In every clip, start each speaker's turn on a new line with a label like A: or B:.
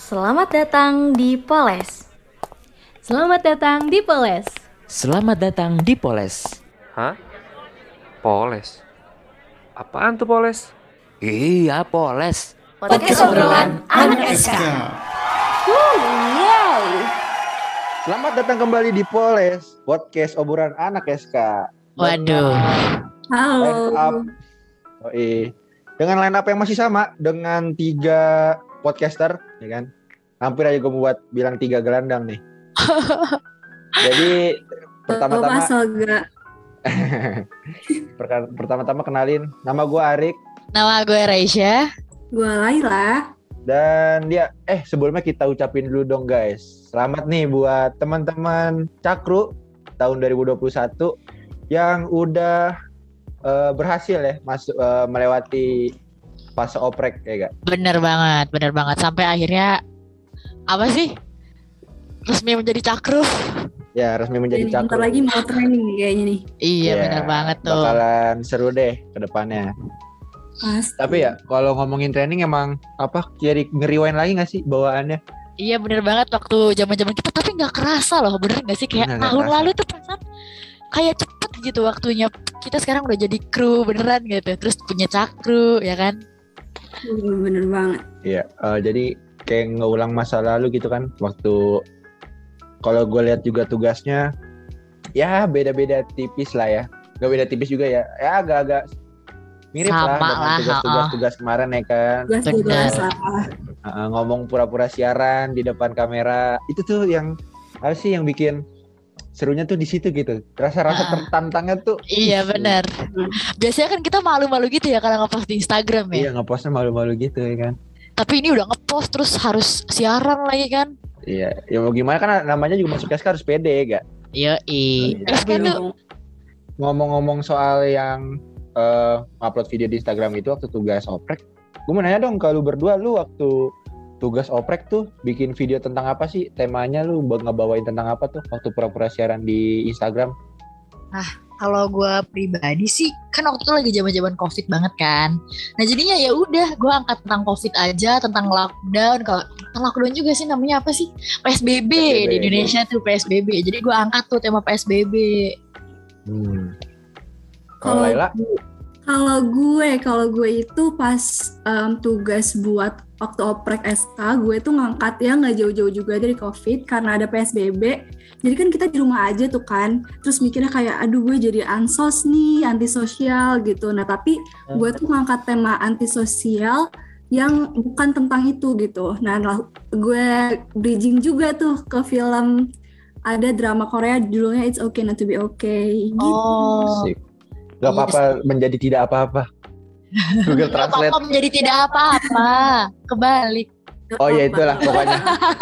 A: Selamat datang di Poles.
B: Selamat datang di Poles.
C: Selamat datang di Poles.
D: Hah? Poles? Apaan tuh Poles?
C: Iya, Poles.
A: Podcast obrolan anak SK.
E: Selamat datang kembali di Poles, podcast obrolan anak SK.
C: Waduh.
E: Line up. Dengan line up yang masih sama dengan 3 podcaster, ya kan? Hampir aja gue buat bilang 3 gelandang nih. Jadi pertama-tama kenalin, nama gue Arik.
B: Nama gue Raisya.
F: Gue Laila.
E: Dan dia, sebelumnya kita ucapin dulu dong guys. Selamat nih buat teman-teman Cakru tahun 2021 yang udah berhasil ya masuk melewati fase oprek ya gak?
B: Bener banget. Sampai akhirnya apa sih? Resmi menjadi cakru.
E: Ya, resmi menjadi
F: Bentar
E: Cakru.
F: lagi mau training nih kayaknya nih.
B: Iya, bener banget tuh.
E: Bakalan seru deh ke depannya.
F: Pasti.
E: Tapi ya kalau ngomongin training emang apa jadi ngeriwain lagi gak sih bawaannya?
B: Iya bener banget waktu zaman-zaman kita, tapi nggak kerasa loh, bener nggak sih? Kayak
E: Bener, nggak
B: tahun
E: kerasa.
B: lalu tuh perasaan kayak cepet gitu waktunya. Kita sekarang udah jadi kru beneran gitu, terus punya cakru ya kan?
F: Bener banget.
E: Iya, jadi kayak ngeulang masa lalu gitu kan. Waktu kalau gue lihat juga tugasnya, ya beda-beda tipis lah ya. Gak beda tipis juga ya. Ya agak-agak mirip
B: Sama
E: lah dengan
B: lah,
E: tugas kemarin ya kan.
F: Tugas lah.
E: Ngomong pura-pura siaran di depan kamera. Itu tuh yang apa sih yang bikin serunya tuh di situ gitu. Rasa-rasa tertantangnya tuh.
B: Iya bener. Biasanya kan kita malu-malu gitu ya kalau ngepost di Instagram ya.
E: Iya, ngepostnya malu-malu gitu ya kan.
B: Tapi ini udah ngepost terus harus siaran lagi kan?
E: Iya, ya mau gimana kan namanya juga masuk SK harus pede ya gak?
B: Iya. Terus kan tuh
E: Ngomong-ngomong soal yang upload video di Instagram itu waktu tugas oprek, gue mau nanya dong, kalau lu berdua, lu waktu tugas oprek tuh bikin video tentang apa sih? Temanya lu ngebawain tentang apa tuh waktu pura-pura siaran di Instagram?
B: kalau gue pribadi sih kan waktu itu lagi zaman-zaman COVID banget kan. Nah jadinya ya udah gue angkat tentang COVID aja, tentang lockdown. Kalau tentang lockdown juga sih namanya apa sih? PSBB. Di Indonesia tuh PSBB. Jadi gue angkat tuh tema PSBB.
E: Kalau Laila?
F: Kalau gue itu pas tugas buat waktu oprek SK, gue tuh ngangkat ya nggak jauh-jauh juga dari COVID karena ada PSBB. Jadi kan kita di rumah aja tuh kan, terus mikirnya kayak aduh gue jadi ansos nih, antisosial gitu. Nah tapi gue tuh ngangkat tema antisosial yang bukan tentang itu gitu. Nah gue bridging juga tuh ke film, ada drama Korea judulnya It's Okay Not to Be Okay gitu.
B: Oh.
E: Sip. Gak apa-apa menjadi tidak apa-apa. Google
B: Gak
E: Translate.
B: apa-apa menjadi tidak apa-apa. Kebalik.
E: Oh ya itulah pokoknya.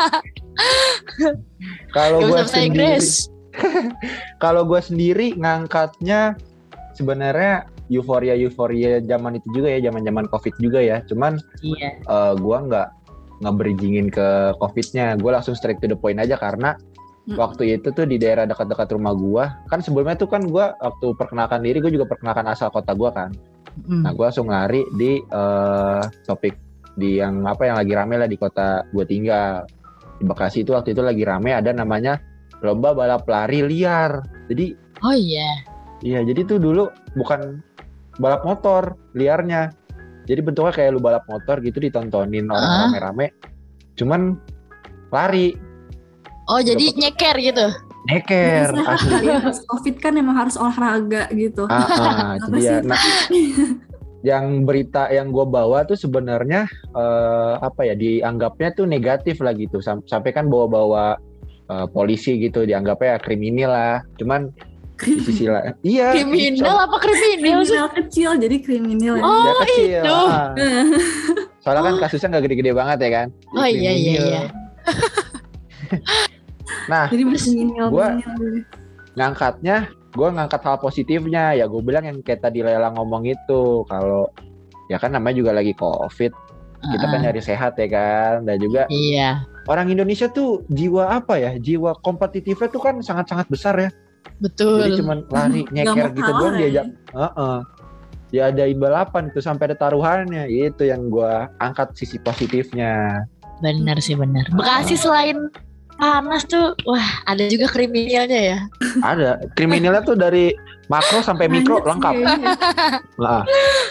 E: Kalau
B: Gak
E: gue
B: bisa bahasa
E: sendiri,
B: Inggris.
E: kalau gue sendiri ngangkatnya sebenarnya euforia zaman itu juga ya, zaman COVID juga ya. Cuman
B: Iya.
E: gue nggak bridgingin ke COVID-nya. Gue langsung straight to the point aja karena waktu itu tuh di daerah dekat-dekat rumah gue. Kan sebelumnya tuh kan gue waktu perkenalkan diri, gue juga perkenalkan asal kota gue kan. Nah gue langsung lari di topik di yang apa yang lagi rame lah di kota gue tinggal. Di Bekasi itu waktu itu lagi rame ada namanya lomba balap lari liar. Jadi
B: Oh iya.
E: iya, jadi tuh dulu bukan balap motor liarnya. Jadi bentuknya kayak lu balap motor gitu ditontonin orang rame-rame. Cuman lari.
B: Oh jadi nyeker gitu.
E: Neker. Asli.
F: Pas COVID kan emang harus olahraga gitu.
E: Itu dia. Nah, yang berita yang gue bawa tuh sebenarnya dianggapnya tuh negatif lah gitu. Sampai kan bawa-bawa polisi gitu, dianggapnya kriminal lah. Cuman di sisi lain, iya.
B: Kriminal apa kriminal sih?
F: Kriminal kecil jadi kriminal ya.
B: Oh,
E: Dia kecil.
B: itu.
E: Soalnya kan kasusnya nggak gede-gede banget ya kan.
B: Oh iya.
E: Nah,
F: Jadi kriminal.
E: ngangkatnya, gue ngangkat hal positifnya. Ya gue bilang yang kayak tadi Lela ngomong itu, kalau ya kan namanya juga lagi COVID, kita kan nyari sehat ya kan. Dan juga
B: Iya.
E: orang Indonesia tuh jiwa jiwa kompetitifnya tuh kan sangat-sangat besar ya.
B: Betul.
E: Jadi cuman lari nyeker
F: mau
E: gitu
F: kalah
E: doang
F: ya.
E: diajak. Diadain balapan itu sampai ada taruhannya. Itu yang gue angkat sisi positifnya.
B: Bener sih bener. Bekasi selain panas tuh, wah ada juga kriminalnya ya.
E: Ada kriminalnya tuh dari makro sampai mikro
F: Banyak sih
E: lengkap.
F: kayaknya.
E: Nah.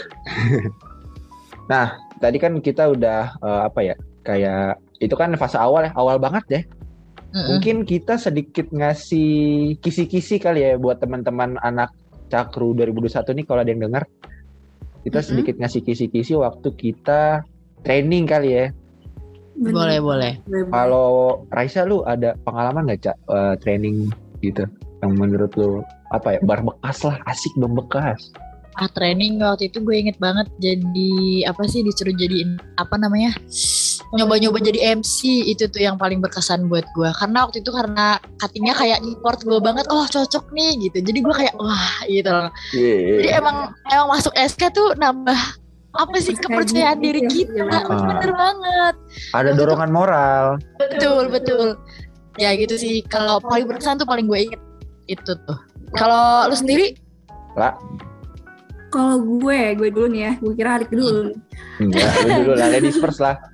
E: Nah, tadi kan kita udah apa ya? Kayak itu kan fase awal ya, awal banget deh. Mungkin kita sedikit ngasih kisi-kisi kali ya buat teman-teman anak Cakru 2021 nih kalau ada yang dengar. Kita sedikit ngasih kisi-kisi waktu kita training kali ya.
F: Bener.
B: Boleh.
E: Kalau Raisa lu ada pengalaman nggak Cak training gitu yang menurut lu apa ya berbekas lah, asik membekas?
B: Training waktu itu gue inget banget jadi apa sih disuruh jadiin apa namanya nyoba-nyoba jadi MC itu tuh yang paling berkesan buat gue karena waktu itu karena cuttingnya kayak import gue banget cocok nih gitu jadi gue kayak wah gitu loh. Jadi emang masuk SK tuh nambah apa sih kepercayaan diri kita bener banget.
E: Ada dorongan moral.
B: Betul ya gitu sih. Kalau paling berkesan tuh paling gue inget itu tuh. Kalau lu sendiri?
E: Lah.
F: Kalau gue dulu nih ya, gue kira Arik dulu.
E: Enggak, lu dulu lah, ladies first lah.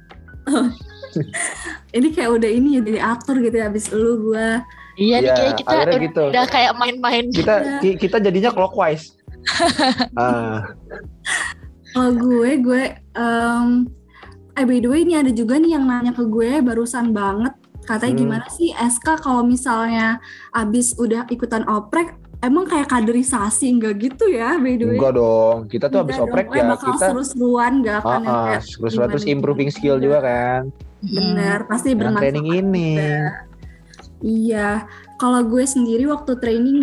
F: Ini kayak udah ini ya jadi aktor gitu ya, abis lu gue.
B: Iya nih kayak kita
E: gitu.
B: udah kayak main-main.
E: Kita jadinya clockwise.
F: Kalau gue by the way ini ada juga nih yang nanya ke gue barusan banget. Katanya gimana sih SK kalau misalnya abis udah ikutan oprek, emang kayak kaderisasi enggak gitu ya by the way?
E: Enggak dong, kita tuh habis oprek ya kita
F: seru-seruan gak akan yang kayak
E: seru-seruan terus improving skill juga kan.
F: Bener, pasti bermanfaat.
E: Training ini.
F: Iya, kalau gue sendiri waktu training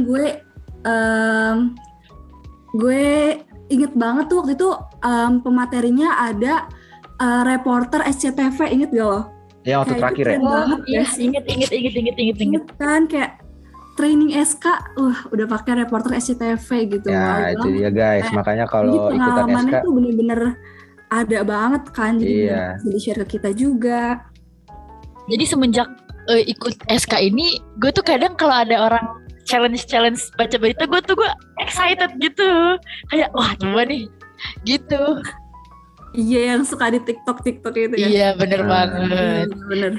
F: gue inget banget tuh waktu itu pematerinya ada reporter SCTV, inget gak lo?
E: Ya waktu terakhir ya.
B: Inget
F: Kan kayak training SK, udah pakai reporter SCTV gitu.
E: Ya itu dia guys, makanya kalau ikutan SK
F: pengalamannya tuh bener-bener ada banget kan, jadi bisa di-share ke kita juga.
B: Jadi semenjak ikut SK ini, gue tuh kadang kalau ada orang challenge baca berita, gue excited gitu, kayak wah coba nih, gitu.
F: Iya yang suka di TikTok itu ya.
B: Iya bener banget.
F: Bener.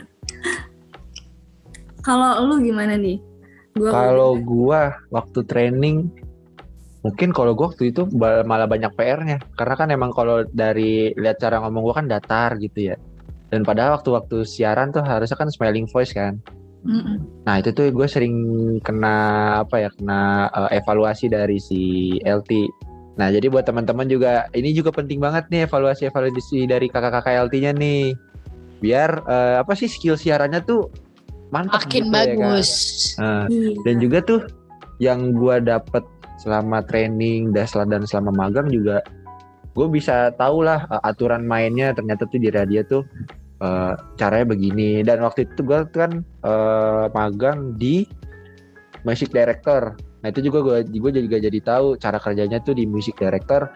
F: Kalau lu gimana nih?
E: Kalau gua waktu training mungkin kalau gua waktu itu malah banyak PR-nya karena kan emang kalau dari lihat cara ngomong gua kan datar gitu ya dan padahal waktu siaran tuh harusnya kan smiling voice kan. Nah itu tuh gue sering kena evaluasi dari si LT. Nah jadi buat teman-teman juga ini juga penting banget nih evaluasi dari kakak-kakak LT-nya nih biar skill siarannya tuh mantap
B: makin
E: gitu,
B: bagus
E: ya kan? Dan juga tuh yang gue dapet selama training dan selama magang juga gue bisa tahu lah aturan mainnya ternyata tuh di radio tuh caranya begini. Dan waktu itu gue kan magang di music director. Nah itu juga gue juga jadi tahu cara kerjanya tuh di music director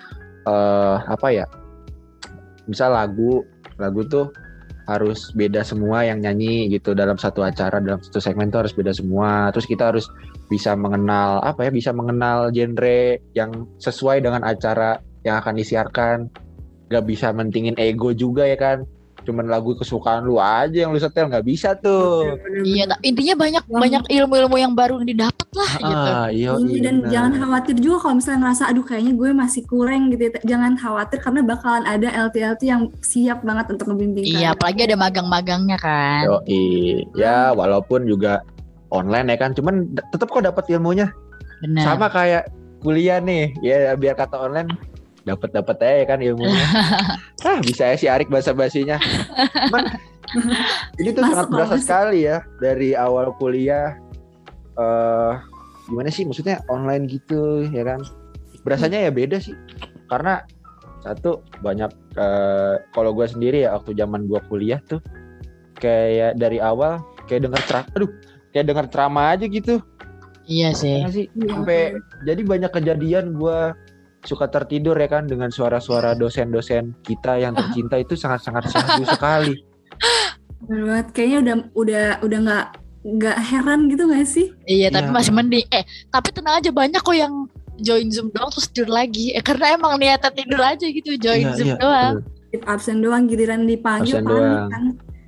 E: misal lagu tuh harus beda semua yang nyanyi gitu dalam satu acara, dalam satu segmen tuh harus beda semua. Terus kita harus bisa mengenal genre yang sesuai dengan acara yang akan disiarkan. Gak bisa mentingin ego juga ya kan. Cuman lagu kesukaan lu aja yang lu setel, gak bisa tuh.
B: Iya, intinya banyak ilmu-ilmu yang baru didapat lah gitu.
E: Iya,
F: dan jangan khawatir juga kalau misalnya ngerasa aduh kayaknya gue masih kurang gitu ya. Jangan khawatir karena bakalan ada LT-LT yang siap banget untuk membimbing.
B: Iya, apalagi ada magang-magangnya kan.
E: Ya walaupun juga online ya kan, cuman tetap kok dapat ilmunya.
B: Benar.
E: Sama kayak kuliah nih, ya biar kata online dapat aja ya kan ilmunya. Bisa ya si Arik basa-basinya. Cuman ini tuh sangat berasa sekali ya dari awal kuliah. Gimana sih maksudnya online gitu ya kan? Berasanya ya beda sih. Karena satu banyak kalau gue sendiri ya waktu zaman gue kuliah tuh kayak dari awal kayak denger ceramah aja gitu.
B: Iya sih.
E: Sampai jadi banyak kejadian gue suka tertidur ya kan dengan suara-suara dosen-dosen kita yang tercinta itu sangat-sangat syahdu sekali.
F: Bener banget, kayaknya udah nggak heran gitu nggak sih?
B: Iya, tapi masih mending. Tapi tenang aja banyak kok yang join Zoom doang terus tidur lagi. Karena emang niatnya tidur aja gitu, join Zoom doang.
F: Absen doang, giliran dipanggil panik kan.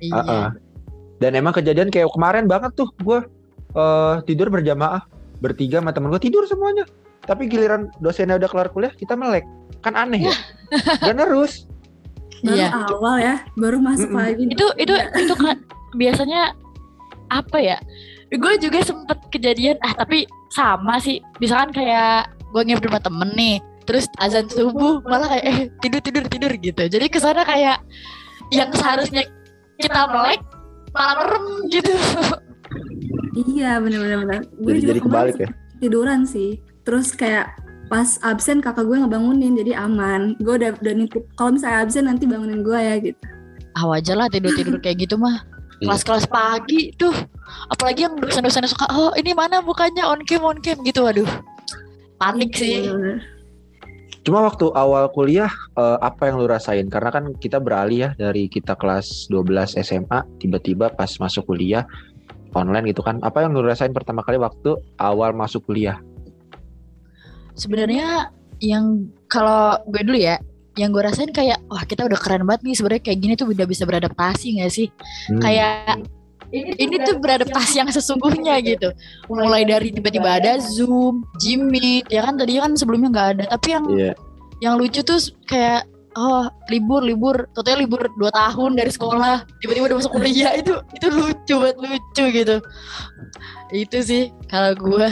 B: Iya.
E: Dan emang kejadian kayak kemarin banget tuh, gue tidur berjamaah bertiga sama temen gue, tidur semuanya. Tapi giliran dosennya udah kelar kuliah, kita melek. Kan aneh ya. Gak nerus.
F: Baru
B: Iya.
F: awal ya, baru masuk lagi.
B: Itu kan biasanya apa ya? Gue juga sempet kejadian, tapi sama sih. Misalkan kayak gue nginep di rumah temen nih, terus azan subuh malah kayak tidur gitu. Jadi kesana kayak yang seharusnya kita melek malah merem gitu.
F: Iya benar-benar. Gue
E: Jadi
F: juga
E: kebalik
F: kemarin
E: ya.
F: tiduran sih. Terus kayak pas absen kakak gue ngebangunin, jadi aman. Gue udah nitip kalau misalnya absen nanti bangunin gue ya gitu.
B: Wajar lah tidur kayak gitu mah. Kelas-kelas pagi tuh, apalagi yang dosen-dosen suka, oh ini mana bukannya on cam gitu, waduh, panik sih.
F: Bener-bener.
E: Cuma waktu awal kuliah, apa yang lu rasain? Karena kan kita beralih ya dari kita kelas 12 SMA, tiba-tiba pas masuk kuliah online gitu kan. Apa yang lu rasain pertama kali waktu awal masuk kuliah?
B: Sebenarnya yang kalau gue dulu ya, yang gue rasain kayak wah kita udah keren banget nih sebenarnya, kayak gini tuh udah bisa beradaptasi nggak sih? Kayak ini tuh beradaptasi yang sesungguhnya gitu. Mulai dari tiba-tiba ada Zoom, Jimmy, ya kan tadinya kan sebelumnya nggak ada. Tapi yang lucu tuh kayak libur, totalnya libur 2 tahun dari sekolah, tiba-tiba udah masuk kuliah, itu lucu banget, lucu gitu. Itu sih kalau gue.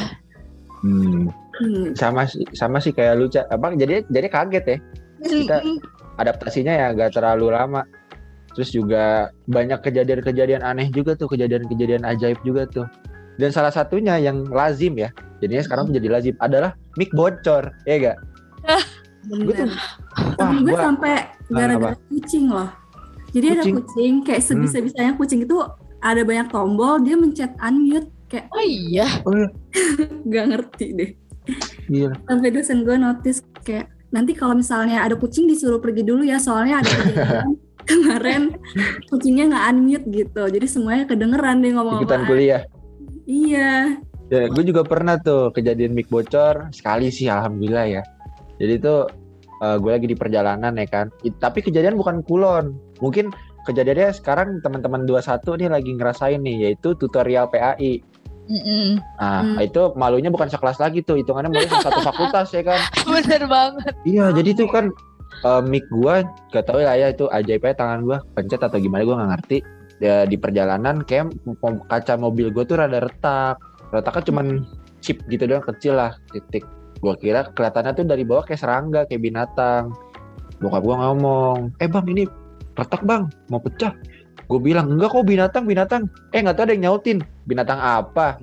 E: Sama sih kayak lu, abang jadi kaget ya. Kita adaptasinya ya gak terlalu lama. Terus juga banyak kejadian-kejadian aneh juga tuh, kejadian-kejadian ajaib juga tuh. Dan salah satunya yang lazim ya, jadinya sekarang menjadi lazim adalah mic bocor, ya gak? Gue tuh,
F: gue sampai gara-gara kucing loh. Jadi ada kucing, kayak sebisa-bisanya kucing itu ada banyak tombol, dia mencet unmute kayak.
B: Oh iya.
F: Gak ngerti deh.
E: Iya.
F: Sampai dosen gue notice kayak nanti kalau misalnya ada kucing disuruh pergi dulu ya, soalnya ada kejadian kemarin kucingnya nggak unmute gitu, jadi semuanya kedengeran deh ngomong-ngomong.
E: Ikutan kuliah.
F: Iya.
E: Ya, gue juga pernah tuh kejadian mic bocor sekali sih, alhamdulillah ya. Jadi tuh gue lagi di perjalanan ya kan. Tapi kejadian bukan kulon. Mungkin kejadiannya sekarang teman-teman 21 nih lagi ngerasain nih, yaitu tutorial PAI. Nah, itu malunya bukan sekelas lagi tuh, hitungannya malu satu fakultas ya kan.
B: Bener banget.
E: Iya, jadi tuh kan mic gua gak tahu lah ya, itu ajaibnya tangan gua pencet atau gimana gua nggak ngerti. Ya, di perjalanan kayak kaca mobil gua tuh rada retaknya cuman chip gitu doang, kecil lah, titik. Gua kira kelihatannya tuh dari bawah kayak serangga, kayak binatang. Bokap gua ngomong, bang ini retak bang, mau pecah. Gue bilang, enggak kok binatang. Nggak tahu ada yang nyautin. Binatang apa?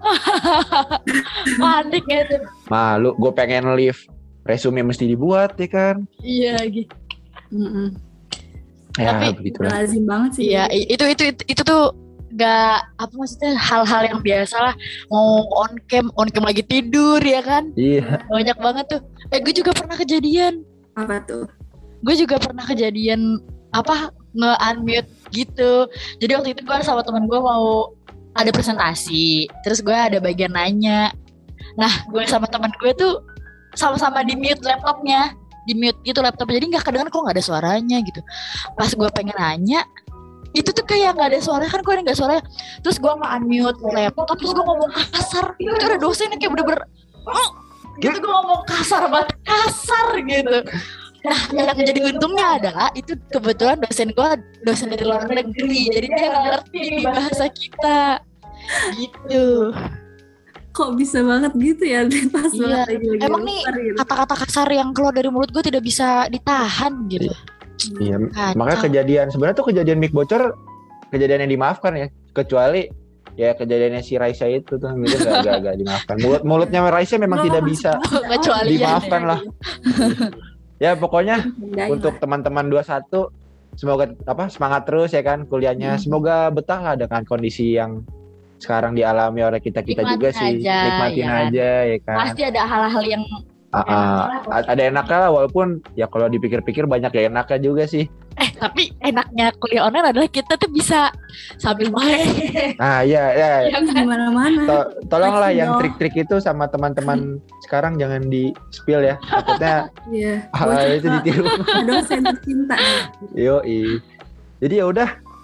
B: Panik gitu.
E: Malu, gue pengen live. Resume mesti dibuat ya kan?
B: Iya gitu.
E: Ya
B: tapi
E: begitulah.
F: Lazim banget sih.
B: Iya, itu tuh gak apa maksudnya, hal-hal yang biasa lah. Mau on cam lagi tidur ya kan?
E: Iya.
B: Banyak banget tuh. Gue juga pernah kejadian.
F: Apa tuh?
B: Gue juga pernah kejadian nge-unmute gitu. Jadi waktu itu gue sama teman gue mau ada presentasi, terus gue ada bagian nanya. Nah, gue sama teman gue tuh sama-sama di mute laptopnya, di mute gitu laptopnya, jadi nggak kedengeran kok nggak ada suaranya gitu. Pas gue pengen nanya, itu tuh kayak nggak ada suara kan, gue nggak suara. Terus gue nge-unmute laptop, terus gue ngomong kasar. Itu ada dosen yang kayak bener-bener gitu, gue ngomong kasar banget, kasar gitu. Nah, yang jadi untungnya adalah itu kebetulan dosen gue dosen dari luar negeri, jadi dia nggak ngerti nih bahasa kita, gitu.
F: Kok bisa banget gitu ya? Pas
B: Iya.
F: banget lagi
B: Emang nih
F: gitu.
B: kata-kata kasar yang keluar dari mulut gue tidak bisa ditahan gitu.
E: Iya.
B: Kacau.
E: Makanya sebenarnya tuh kejadian mic bocor, kejadian yang dimaafkan ya. Kecuali ya kejadiannya si Raisa itu tuh, gitu gak dimaafkan. Mulutnya Raisa memang tidak bisa
B: Kecuali
E: dimaafkan lah. Ya pokoknya
F: Pindahin
E: untuk
F: lah.
E: teman-teman 21 semoga semangat terus ya kan kuliahnya. Semoga betah lah dengan kondisi yang sekarang dialami oleh kita juga sih. Nikmatin aja ya kan.
B: Pasti ada hal-hal yang
E: Ada enaknya lah, walaupun ya kalau dipikir-pikir banyak ya enaknya juga sih.
B: tapi enaknya kuliah online adalah kita tuh bisa sambil main.
E: Nah ya
B: Ya kan?
F: Gimana-mana.
E: tolonglah
F: Pasti
E: yang
F: dong.
E: trik-trik itu sama teman-teman sekarang jangan di spill ya, takutnya
F: Iya.
E: hal itu ditiru.
F: Dosen tercinta.
E: Yoi. Jadi ya udah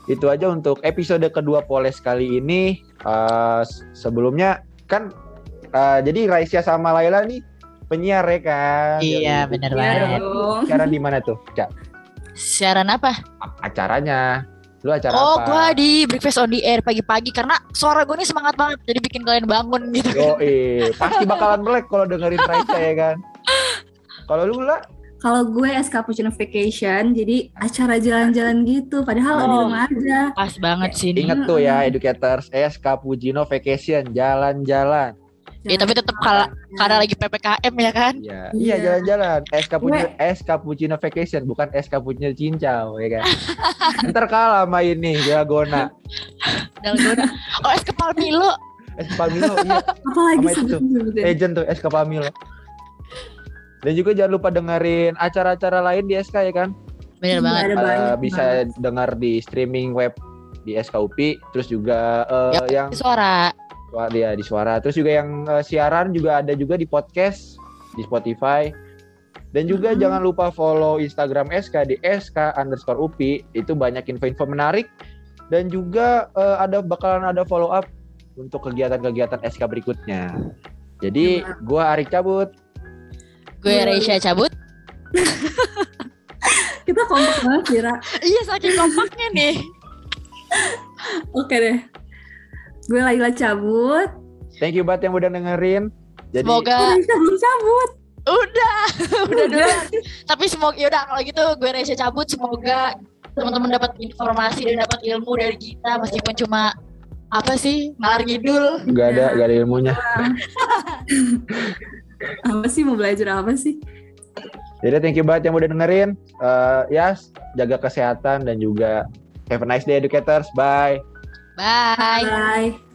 E: itu aja untuk episode kedua Poles kali ini. Sebelumnya kan jadi Raisya sama Laila nih penyiar ya kan?
B: Iya, benar banget.
E: Siaran di mana tuh, Cak?
B: Siaran apa?
E: Acaranya. Lu acara
B: Oh,
E: apa?
B: gue di Breakfast on the Air pagi-pagi karena suara gue nih semangat banget, jadi bikin kalian bangun gitu.
E: Pasti bakalan melek kalau dengerin Raisa ya kan. Kalau lu lah,
F: Kalau gue es cappuccino vacation, jadi acara jalan-jalan gitu, padahal di rumah aja.
B: Pas banget sih ini.
E: inget tuh ya educators, Cappuccino Vacation, jalan-jalan.
B: Ya, tapi tetap karena lagi PPKM ya kan.
E: Iya,
F: Iya.
E: jalan-jalan. Cappuccino Vacation, bukan Cappuccino Cincau ya kan. Ntar kalah sama ini Dalgona.
B: Dalgona. Oh, es kepal Milo.
E: Palmilo, iya.
F: Apalagi
E: Sama itu tuh.
F: sebutin.
E: Legend tuh Palmilo. Dan juga jangan lupa dengerin acara-acara lain di SK ya kan.
B: Bener banget.
F: Ada banyak
E: Bisa dengar di streaming web di SKUPI, terus juga yang
B: Suara.
E: dia di suara, terus juga yang siaran juga ada juga di podcast di Spotify. Dan juga jangan lupa follow Instagram SK di sk_UPI, itu banyak info-info menarik. Dan juga bakalan ada follow up untuk kegiatan-kegiatan SK berikutnya. Jadi gua Arik cabut.
B: Gue Raisya cabut.
F: Kita kompak banget Kira.
B: Iya, saking kompaknya nih.
F: Oke deh. Gue Laila cabut.
E: Thank you banget yang udah dengerin. Jadi
B: Semoga
F: Kita belum cabut.
B: udah dulu. Tapi semoga yaudah kalau gitu gue Raisya cabut. Semoga teman-teman dapat informasi dan dapat ilmu dari kita meskipun cuma apa sih ngalor ngidul.
E: gak ada ilmunya.
F: Apa sih, mau belajar apa sih?
E: Jadi thank you banget yang udah dengerin. Jaga kesehatan dan juga have a nice day educators. Bye.
B: Bye.
F: Bye.